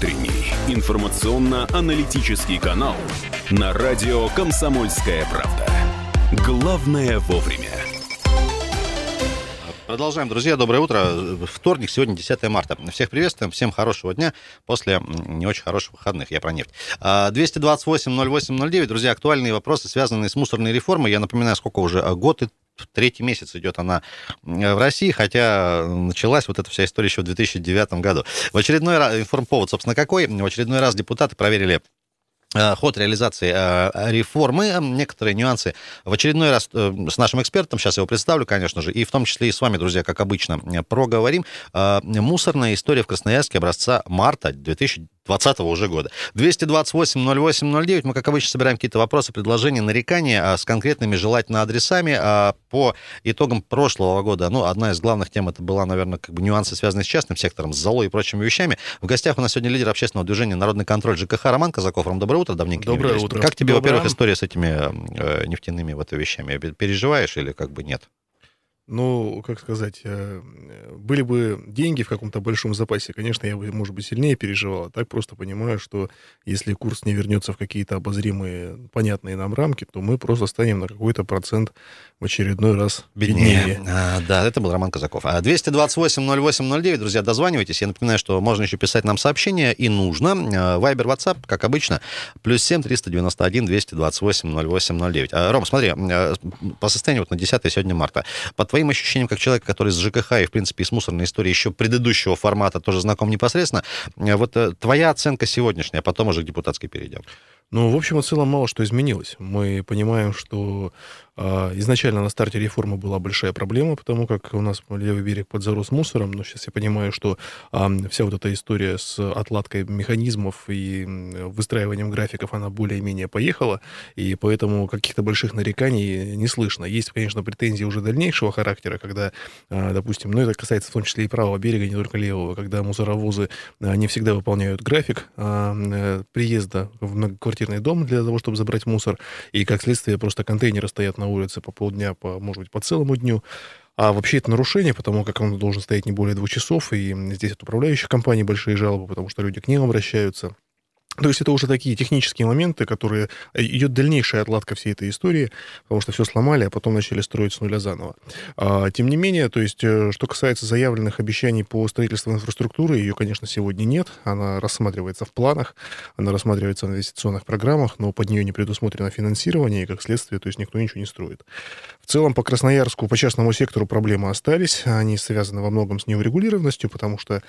утренний информационно-аналитический канал на радио «Комсомольская правда». Главное вовремя. Продолжаем, друзья. Доброе утро. Вторник, сегодня 10 марта. Всех приветствуем, всем хорошего дня после не очень хороших выходных. Я про нефть. 228-08-09. Друзья, актуальные вопросы, связанные с мусорной реформой. Я напоминаю, сколько уже год и третий месяц идет она в России, хотя началась вот эта вся история еще в 2009 году. В очередной раз, информповод, собственно, какой? В очередной раз депутаты проверили ход реализации реформы, некоторые нюансы в очередной раз с нашим экспертом, сейчас его представлю, конечно же, и в том числе и с вами, друзья, как обычно, проговорим. Мусорная история в Красноярске образца марта 2020 уже года. 228-08-09. Мы, как обычно, собираем какие-то вопросы, предложения, нарекания с конкретными, желательно, адресами. По итогам прошлого года, одна из главных тем, это была, наверное, нюансы, связанные с частным сектором, с золой и прочими вещами. В гостях у нас сегодня лидер общественного движения «Народный контроль» ЖКХ Роман Казаков. Ром, доброе утро, давненько не виделись. Доброе утро. Как тебе, во-первых, история с этими нефтяными вещами? Переживаешь или нет? Как сказать, были бы деньги в каком-то большом запасе, конечно, я бы, может быть, сильнее переживал. А так просто понимаю, что если курс не вернется в какие-то обозримые, понятные нам рамки, то мы просто станем на какой-то процент в очередной раз беднее. Да, это был Роман Казаков. 228-08-09, друзья, дозванивайтесь. Я напоминаю, что можно еще писать нам сообщения, и нужно. Вайбер, WhatsApp, как обычно, +7 391 228 08 09. Ром, смотри, по состоянию на 10 сегодня марта, по твоим ощущениям, как человека, который с ЖКХ и, в принципе, и с мусорной историей еще предыдущего формата тоже знаком непосредственно, твоя оценка сегодняшняя, а потом уже к депутатской перейдем. В общем и целом мало что изменилось. Мы понимаем, что изначально на старте реформы была большая проблема, потому как у нас левый берег подзарос мусором, но сейчас я понимаю, что вся вот эта история с отладкой механизмов и выстраиванием графиков, она более-менее поехала, и поэтому каких-то больших нареканий не слышно. Есть, конечно, претензии уже дальнейшего характера, когда, допустим, это касается в том числе и правого берега, не только левого, когда мусоровозы не всегда выполняют график приезда в многоквартирный дом для того, чтобы забрать мусор, и, как следствие, просто контейнеры стоят на улице по полдня, может быть, по целому дню. А вообще это нарушение, потому как он должен стоять не более 2 часов, и здесь от управляющих компаний большие жалобы, потому что люди к ним обращаются. То есть это уже такие технические моменты, которые... Идет дальнейшая отладка всей этой истории, потому что все сломали, а потом начали строить с нуля заново. Тем не менее, то есть, что касается заявленных обещаний по строительству инфраструктуры, ее, конечно, сегодня нет. Она рассматривается в планах, она рассматривается в инвестиционных программах, но под нее не предусмотрено финансирование, и, как следствие, то есть никто ничего не строит. В целом, по Красноярску, по частному сектору проблемы остались. Они связаны во многом с неурегулированностью, потому что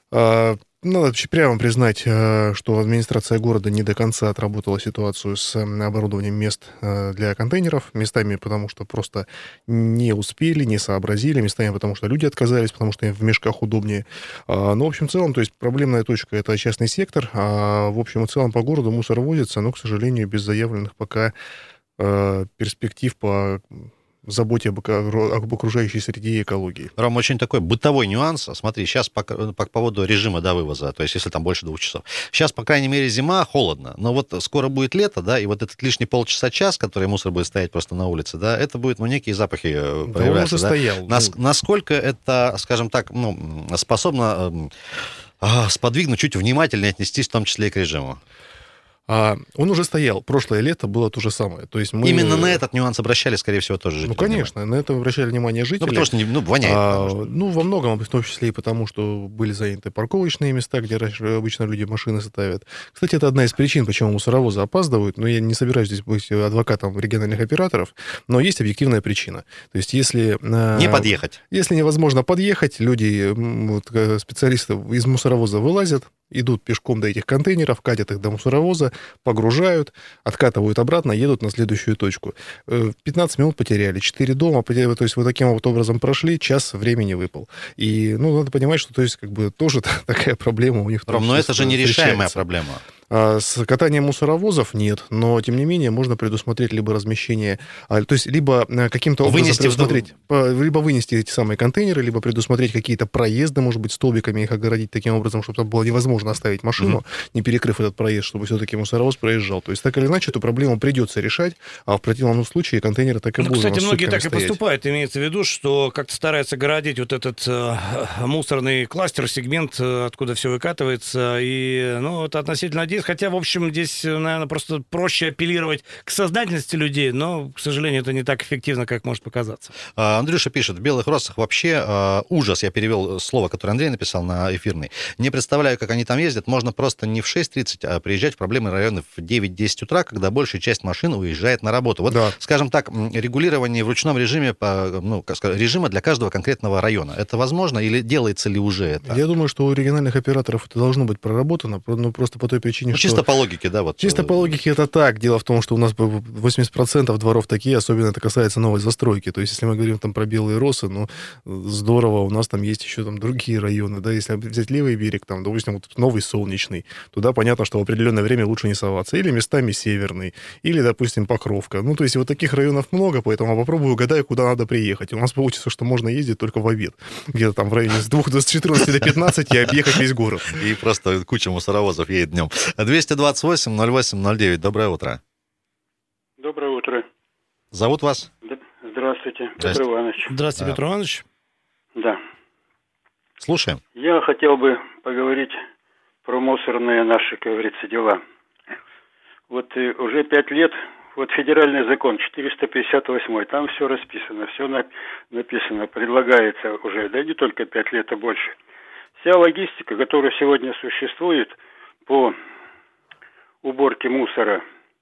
надо прямо признать, что администрация города не до конца отработала ситуацию с оборудованием мест для контейнеров. Местами потому, что просто не успели, не сообразили. Местами потому, что люди отказались, потому что им в мешках удобнее. Но, в общем, в целом, то есть проблемная точка — это частный сектор. А в общем и целом по городу мусор возится, но, к сожалению, без заявленных пока перспектив по заботе об окружающей среде и экологии. Ром, очень такой бытовой нюанс. Смотри, сейчас по поводу режима вывоза, то есть если там больше 2 часов. Сейчас, по крайней мере, зима, холодно, но скоро будет лето, да, и этот лишний полчаса-час, который мусор будет стоять просто на улице, да, это будет, некие запахи проявляться. Он уже стоял. Насколько это, скажем так, способно сподвигнуть чуть внимательнее отнестись в том числе и к режиму? Он уже стоял. Прошлое лето было то же самое. То есть мы... Именно на этот нюанс обращали, скорее всего, тоже жители. Конечно, на это обращали внимание жители. Потому что воняет. Во многом, в том числе и потому, что были заняты парковочные места, где обычно люди машины ставят. Кстати, это одна из причин, почему мусоровозы опаздывают. Но я не собираюсь здесь быть адвокатом региональных операторов, но есть объективная причина. То есть если... Не подъехать. Если невозможно подъехать, люди, специалисты из мусоровоза вылазят, идут пешком до этих контейнеров, катят их до мусоровоза, погружают, откатывают обратно, едут на следующую точку. 15 минут потеряли, 4 дома, то есть вот таким вот образом прошли, час времени выпал. И, надо понимать, что, то есть, тоже такая проблема у них. Ром, но это же нерешаемая проблема. С катанием мусоровозов нет, но, тем не менее, можно предусмотреть либо размещение, то есть либо каким-то образом предусмотреть, либо вынести эти самые контейнеры, либо предусмотреть какие-то проезды, может быть, столбиками их огородить таким образом, чтобы там было невозможно оставить машину, не перекрыв этот проезд, чтобы все-таки мусоровоз проезжал. То есть, так или иначе, эту проблему придется решать, а в противном случае контейнеры так и будут. Кстати, многие так и поступают. Имеется в виду, что как-то стараются городить вот этот мусорный кластер, сегмент, откуда все выкатывается, и, это относительно один. Хотя, в общем, здесь, наверное, просто проще апеллировать к сознательности людей, но, к сожалению, это не так эффективно, как может показаться. Андрюша пишет, в Белых Россах вообще ужас. Я перевел слово, которое Андрей написал на эфирный. Не представляю, как они там ездят. Можно просто не в 6:30, а приезжать в проблемные районы в 9-10 утра, когда большая часть машин уезжает на работу. Вот, скажем так, регулирование в ручном режиме, режима для каждого конкретного района. Это возможно или делается ли уже это? Я думаю, что у региональных операторов это должно быть проработано, просто по той причине, что... Чисто по логике, да? Чисто по логике это так. Дело в том, что у нас 80% дворов такие, особенно это касается новой застройки. То есть, если мы говорим там про Белые Росы, здорово, у нас там есть еще там другие районы, да, если взять левый берег, там, допустим, вот Новый Солнечный, туда понятно, что в определенное время лучше не соваться. Или местами Северный, или, допустим, Покровка. То есть, вот таких районов много, поэтому я попробую угадаю, куда надо приехать. И у нас получится, что можно ездить только в обед. Где-то там в районе с 14 до 15 и объехать весь город. И просто куча мусоровозов едет днем. 228-08-09. Доброе утро. Доброе утро. Зовут вас? Здравствуйте, Петр Иванович. Здравствуйте, Петр Иванович. Да. Слушаем. Я хотел бы поговорить про мусорные наши, как говорится, дела. Вот уже 5 лет, вот федеральный закон 458, там все расписано, все написано, предлагается уже, да не только 5 лет, а больше. Вся логистика, которая сегодня существует по уборке мусора,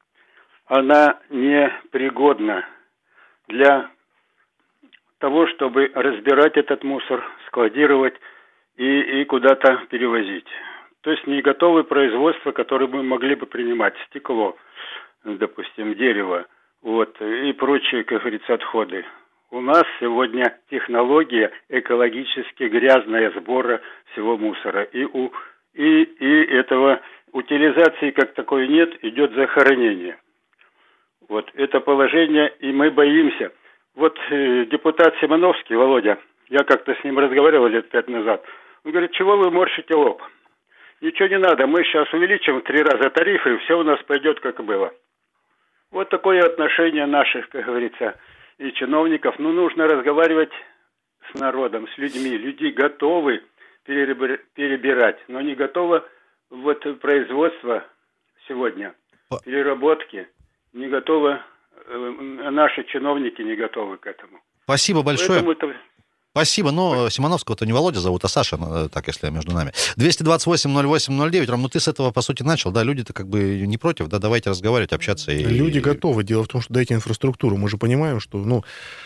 она не пригодна для того, чтобы разбирать этот мусор, складировать и куда-то перевозить. То есть не готовые производства, которые мы могли бы принимать. Стекло, допустим, дерево, и прочие, как говорится, отходы. У нас сегодня технология экологически грязная сбора всего мусора. И этого утилизации как такой нет, идет захоронение. Это положение, и мы боимся. Депутат Симоновский, Володя, я как-то с ним разговаривал лет 5 назад, он говорит, чего вы морщите лоб? Ничего не надо, мы сейчас увеличим в 3 раза тарифы, и все у нас пойдет, как было. Вот такое отношение наших, как говорится, и чиновников. Нужно разговаривать с народом, с людьми. Люди готовы перебирать, но не готовы производство сегодня, переработки, не готовы, наши чиновники не готовы к этому. Спасибо большое. Спасибо, но Симоновского-то не Володя зовут, а Саша, так, если между нами. 228-08-09, Ром, ты с этого, по сути, начал, да, люди-то как бы не против, да, давайте разговаривать, общаться. Люди готовы, дело в том, что дайте инфраструктуру, мы же понимаем, что,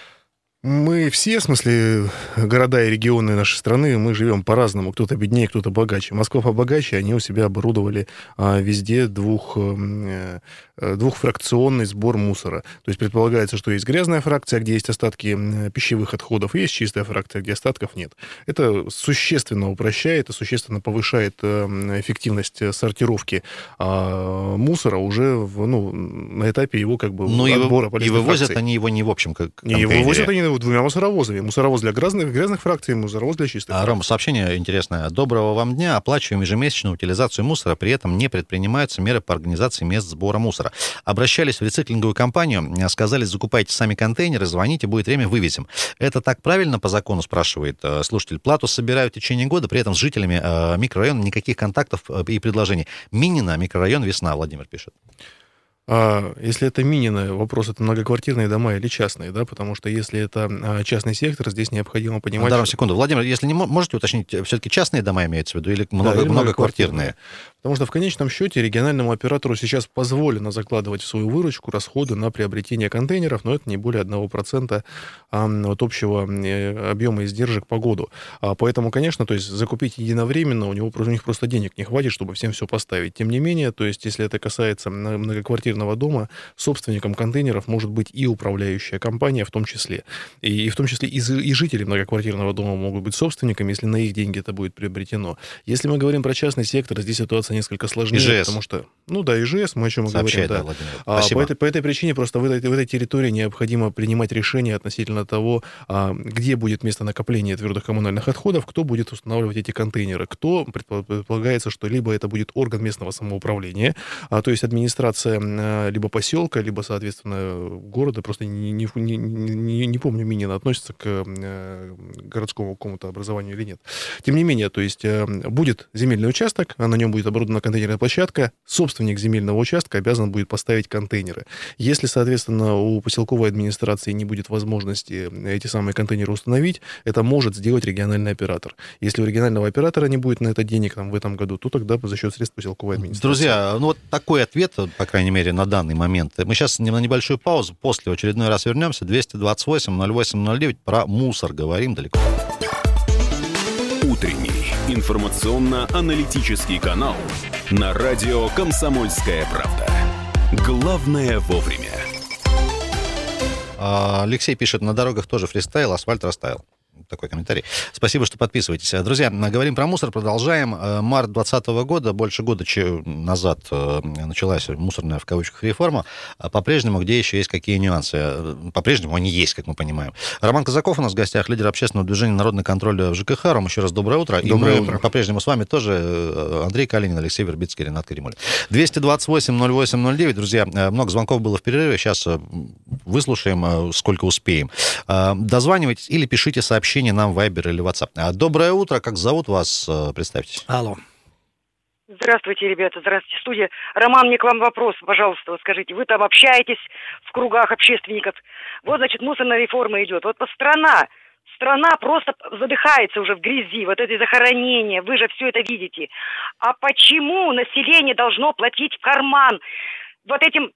мы все, в смысле, города и регионы нашей страны, мы живем по-разному. Кто-то беднее, кто-то богаче. Москва побогаче, они у себя оборудовали везде двухфракционный сбор мусора. То есть предполагается, что есть грязная фракция, где есть остатки пищевых отходов, и есть чистая фракция, где остатков нет. Это существенно упрощает и существенно повышает эффективность сортировки мусора уже на этапе его отбора полезных фракций. И вывозят они его не в общем контейнере. И вывозят они двумя мусоровозами. Мусоровоз для грязных фракций, мусоровоз для чистых. Рома, сообщение интересное. Доброго вам дня. Оплачиваем ежемесячную утилизацию мусора, при этом не предпринимаются меры по организации мест сбора мусора. Обращались в рециклинговую компанию, сказали, закупайте сами контейнеры, звоните, будет время, вывезем. Это так правильно по закону, спрашивает слушатель. Плату собирают в течение года, при этом с жителями микрорайона никаких контактов и предложений. Минина, микрорайон, Весна, Владимир пишет. Если это Минино, вопрос, это многоквартирные дома или частные, да, потому что если это частный сектор, здесь необходимо понимать... Даром, секунду. Владимир, если не можете уточнить, все-таки частные дома имеется в виду или многоквартирные? Потому что в конечном счете региональному оператору сейчас позволено закладывать в свою выручку расходы на приобретение контейнеров, но это не более 1% от общего объема издержек по году. Поэтому, конечно, то есть закупить единовременно у них просто денег не хватит, чтобы всем все поставить. Тем не менее, то есть если это касается многоквартирного дома, собственником контейнеров может быть и управляющая компания в том числе. И в том числе и жители многоквартирного дома могут быть собственниками, если на их деньги это будет приобретено. Если мы говорим про частный сектор, здесь ситуация ситуация несколько сложнее, ИЖС. потому что... Ну да, ИЖС, мы о чем и говорим. Да. Спасибо. По этой причине просто в этой территории необходимо принимать решение относительно того, где будет место накопления твердых коммунальных отходов, кто будет устанавливать эти контейнеры. Кто, предполагается, что либо это будет орган местного самоуправления, то есть администрация либо поселка, либо, соответственно, города, просто не помню, Минина относится к городскому какому-то образованию или нет. Тем не менее, то есть будет земельный участок, на нем будет оборудована контейнерная площадка, собственник земельного участка обязан будет поставить контейнеры. Если, соответственно, у поселковой администрации не будет возможности эти самые контейнеры установить, это может сделать региональный оператор. Если у регионального оператора не будет на это денег в этом году, то тогда за счет средств поселковой администрации. Друзья, ну вот такой ответ, по крайней мере, на данный момент. Мы сейчас на небольшую паузу, после в очередной раз вернемся. 228-08-09, про мусор говорим далеко. Утренний информационно-аналитический канал на радио «Комсомольская правда». Главное вовремя. Алексей пишет, на дорогах тоже фристайл, асфальт растаял. Такой комментарий. Спасибо, что подписываетесь. Друзья, говорим про мусор, продолжаем. Март 2020 года, больше года назад началась мусорная, в кавычках, реформа. По-прежнему, где еще есть какие нюансы? По-прежнему они есть, как мы понимаем. Роман Казаков у нас в гостях, лидер общественного движения «Народный контроль» в ЖКХ. Ром, еще раз доброе утро. Доброе утро. По-прежнему с вами тоже Андрей Калинин, Алексей Вербицкий, Ренат Каримуллин. 228-08-09. Друзья, много звонков было в перерыве. Сейчас выслушаем, сколько успеем. Дозванивайтесь или пишите сообщения нам в Viber или WhatsApp. Доброе утро, как зовут вас? Представьтесь. Алло. Здравствуйте, ребята, здравствуйте, студия. Роман, мне к вам вопрос, пожалуйста, вот скажите, вы там общаетесь в кругах общественников, вот, значит, мусорная реформа идет, вот страна просто задыхается уже в грязи, вот эти захоронения, вы же все это видите. А почему население должно платить в карман вот этим,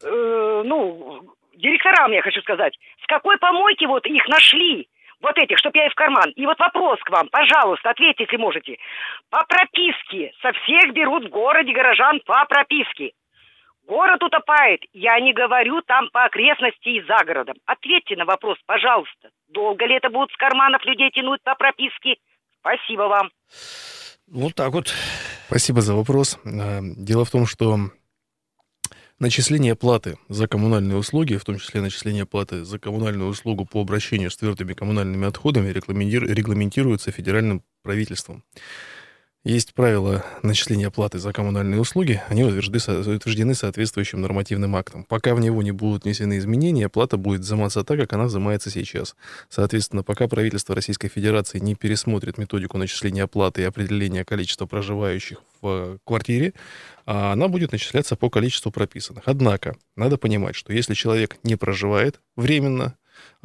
директорам, я хочу сказать, с какой помойки вот их нашли? Вот этих, чтоб я и в карман. И вот вопрос к вам, пожалуйста, ответьте, если можете. По прописке. Со всех берут в городе горожан по прописке. Город утопает. Я не говорю там по окрестности и за городом. Ответьте на вопрос, пожалуйста. Долго ли это будут с карманов людей тянуть по прописке? Спасибо вам. Вот так вот. Спасибо за вопрос. Дело в том, что начисление платы за коммунальные услуги, в том числе начисление платы за коммунальную услугу по обращению с твердыми коммунальными отходами, регламентируется федеральным правительством. Есть правила начисления платы за коммунальные услуги, они утверждены соответствующим нормативным актом. Пока в него не будут внесены изменения, плата будет взиматься так, как она взимается сейчас. Соответственно, пока правительство Российской Федерации не пересмотрит методику начисления платы и определения количества проживающих в квартире, она будет начисляться по количеству прописанных. Однако, надо понимать, что если человек не проживает временно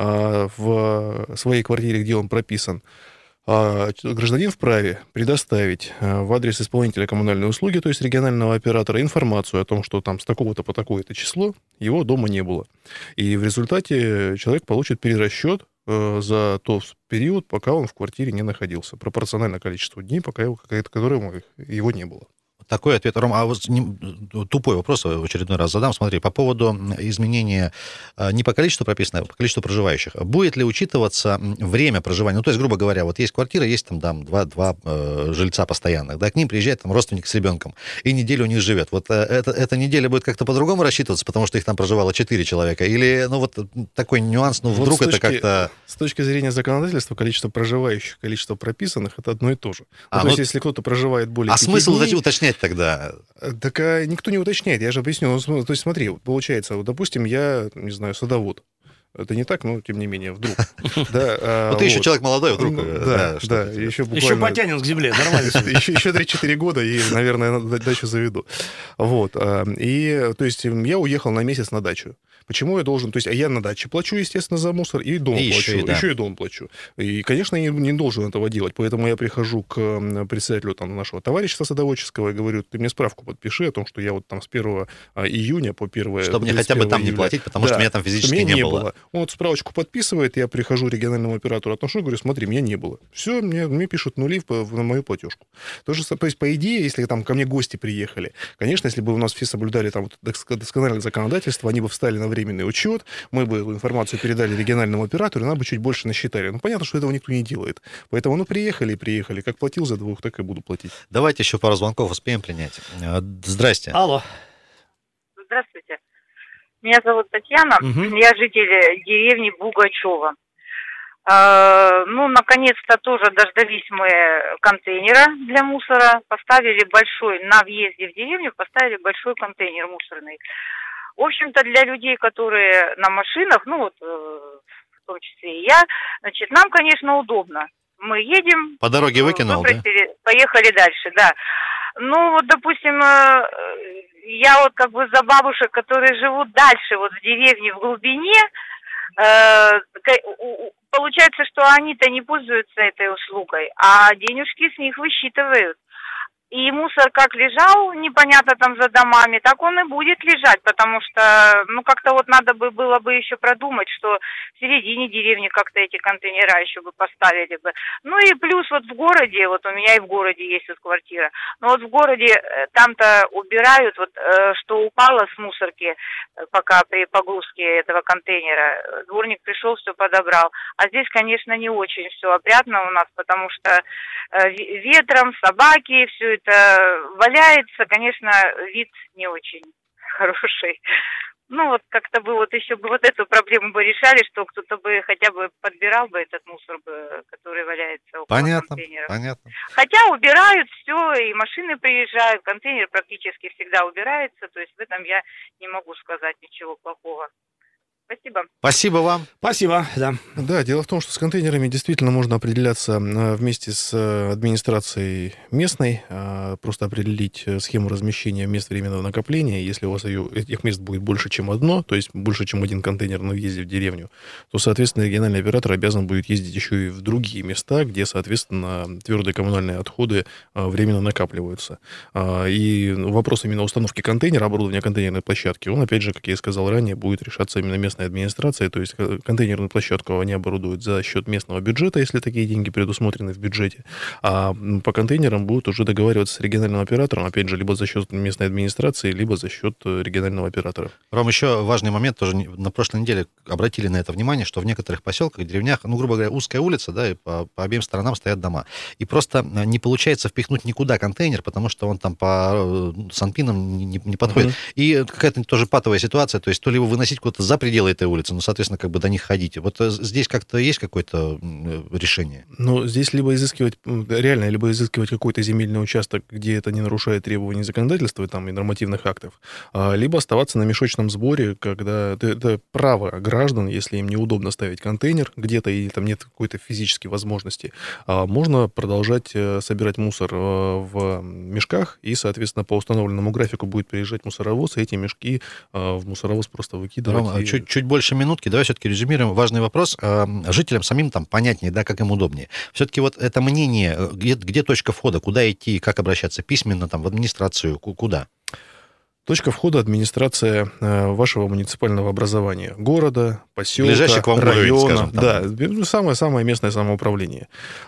в своей квартире, где он прописан, гражданин вправе предоставить в адрес исполнителя коммунальной услуги, то есть регионального оператора, информацию о том, что там с такого-то по такое-то число его дома не было. И в результате человек получит перерасчет за тот период, пока он в квартире не находился, пропорционально количеству дней, которому его не было. Такой ответ. Ром, а вот тупой вопрос в очередной раз задам. Смотри, по поводу изменения не по количеству прописанных, а по количеству проживающих. Будет ли учитываться время проживания? Ну, то есть, грубо говоря, вот есть квартира, есть там два жильца постоянных, да, к ним приезжает там родственник с ребенком, и неделю у них живет. Вот эта неделя будет как-то по-другому рассчитываться, потому что их там проживало 4 человека? Или, вот такой нюанс, вдруг это как-то... С точки зрения законодательства, количество проживающих, количество прописанных — это одно и то же. То есть, если кто-то проживает более 5 смысл дней... уточнять тогда? Так никто не уточняет, я же объясню. То есть смотри, получается, допустим, я, не знаю, садовод. Это не так, но тем не менее, вдруг. Ты еще человек молодой, вдруг. Да, еще буквально... Еще потянет к земле, нормально. Еще 3-4 года, и, наверное, дачу заведу. Вот. И, то есть, я уехал на месяц на дачу. Почему я должен... То есть, я на даче плачу, естественно, за мусор, и дом плачу. Еще и дом плачу. И, конечно, я не должен этого делать. Поэтому я прихожу к председателю нашего товарищества садоводческого и говорю: ты мне справку подпиши о том, что я вот там с 1 июня по 1... Чтобы мне хотя бы там не платить, потому что меня там физически не было. Он эту справочку подписывает, я прихожу региональному оператору, отношу, говорю, смотри, меня не было. Все, мне пишут нули на мою платежку. То есть, по идее, если там ко мне гости приехали, конечно, если бы у нас все соблюдали там доскональное законодательство, они бы встали на временный учет, мы бы эту информацию передали региональному оператору, и нам бы чуть больше насчитали. Ну, понятно, что этого никто не делает. Поэтому, приехали. Как платил за двух, так и буду платить. Давайте еще пару звонков успеем принять. Здрасте. Алло. Здравствуйте. Меня зовут Татьяна. Я житель деревни Бугачева. Наконец-то тоже дождались мы контейнера для мусора. Поставили большой, на въезде в деревню поставили большой контейнер мусорный. В общем-то, для людей, которые на машинах, в том числе и я, значит, нам, конечно, удобно. Мы едем... По дороге выкинул, да? Поехали дальше, да. Допустим, я за бабушек, которые живут дальше, в деревне, в глубине, получается, что они-то не пользуются этой услугой, а денежки с них высчитывают. И мусор как лежал, непонятно там за домами, так он и будет лежать, потому что, как-то надо было бы еще продумать, что в середине деревни как-то эти контейнера еще бы поставили бы. И плюс в городе, у меня и в городе есть квартира, но в городе там-то убирают, что упало с мусорки, пока при погрузке этого контейнера, дворник пришел, все подобрал. А здесь, конечно, не очень все опрятно у нас, потому что ветром, собаки, все это валяется, конечно, вид не очень хороший. Как-то бы еще бы эту проблему бы решали, что кто-то бы хотя бы подбирал бы этот мусор, который валяется около контейнеров. Понятно. Хотя убирают все, и машины приезжают, контейнер практически всегда убирается, то есть в этом я не могу сказать ничего плохого. Спасибо. Спасибо вам. Спасибо, да. Да, дело в том, что с контейнерами действительно можно определяться вместе с администрацией местной, просто определить схему размещения мест временного накопления. Если у вас этих мест будет больше, чем одно, то есть больше, чем один контейнер на въезде в деревню, то, соответственно, региональный оператор обязан будет ездить еще и в другие места, где, соответственно, твердые коммунальные отходы временно накапливаются. И вопрос именно установки контейнера, оборудования контейнерной площадки, он, опять же, как я и сказал ранее, будет решаться именно местной администрации, то есть контейнерную площадку они оборудуют за счет местного бюджета, если такие деньги предусмотрены в бюджете, а по контейнерам будут уже договариваться с региональным оператором, опять же, либо за счет местной администрации, либо за счет регионального оператора. Ром, еще важный момент, тоже на прошлой неделе обратили на это внимание, что в некоторых поселках, деревнях, грубо говоря, узкая улица, да, и по обеим сторонам стоят дома. И просто не получается впихнуть никуда контейнер, потому что он там по санпинам не подходит. И какая-то тоже патовая ситуация, то есть то ли его выносить куда-то за пределы этой улицы, соответственно, до них ходить. Здесь как-то есть какое-то решение? Здесь либо изыскивать какой-то земельный участок, где это не нарушает требований законодательства и нормативных актов, либо оставаться на мешочном сборе, когда это право граждан, если им неудобно ставить контейнер где-то или там нет какой-то физической возможности, можно продолжать собирать мусор в мешках, и, соответственно, по установленному графику будет приезжать мусоровоз, и эти мешки в мусоровоз просто выкидывать. Ром, чуть больше минутки, давай все-таки резюмируем важный вопрос. Жителям самим понятнее, да, как им удобнее. Все-таки это мнение, где точка входа, куда идти, как обращаться письменно, в администрацию, куда? Точка входа — администрация вашего муниципального образования, города, поселка, ближайший к вам района. Уровень, скажем, да, самое местное самоуправление.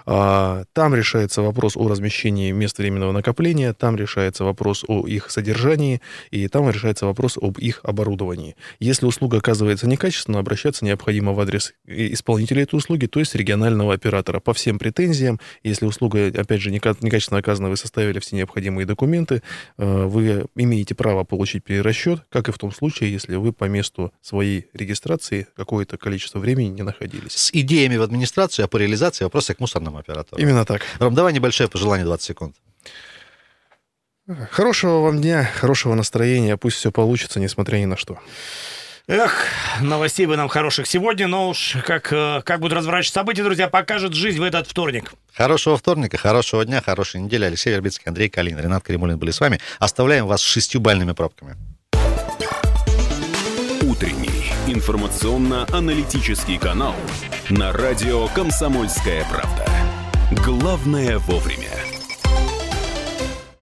Там решается вопрос о размещении мест временного накопления, там решается вопрос о их содержании, и там решается вопрос об их оборудовании. Если услуга оказывается некачественно, обращаться необходимо в адрес исполнителя этой услуги, то есть регионального оператора, по всем претензиям. Если услуга, опять же, некачественно оказана, вы составили все необходимые документы, вы имеете право получить перерасчет, как и в том случае, если вы по месту своей регистрации какое-то количество времени не находились. С идеями в администрацию, а по реализации вопросы к мусорному оператору. Именно так. Ром, давай небольшое пожелание, 20 секунд. Хорошего вам дня, хорошего настроения, пусть все получится, несмотря ни на что. Эх, новостей бы нам хороших сегодня, но уж как будут разворачиваться события, друзья, покажет жизнь в этот вторник. Хорошего вторника, хорошего дня, хорошей недели. Алексей Вербицкий, Андрей Калин, Ренат Каримуллин были с вами. Оставляем вас с 6-бальными пробками. Утренний информационно-аналитический канал на радио «Комсомольская правда». Главное вовремя.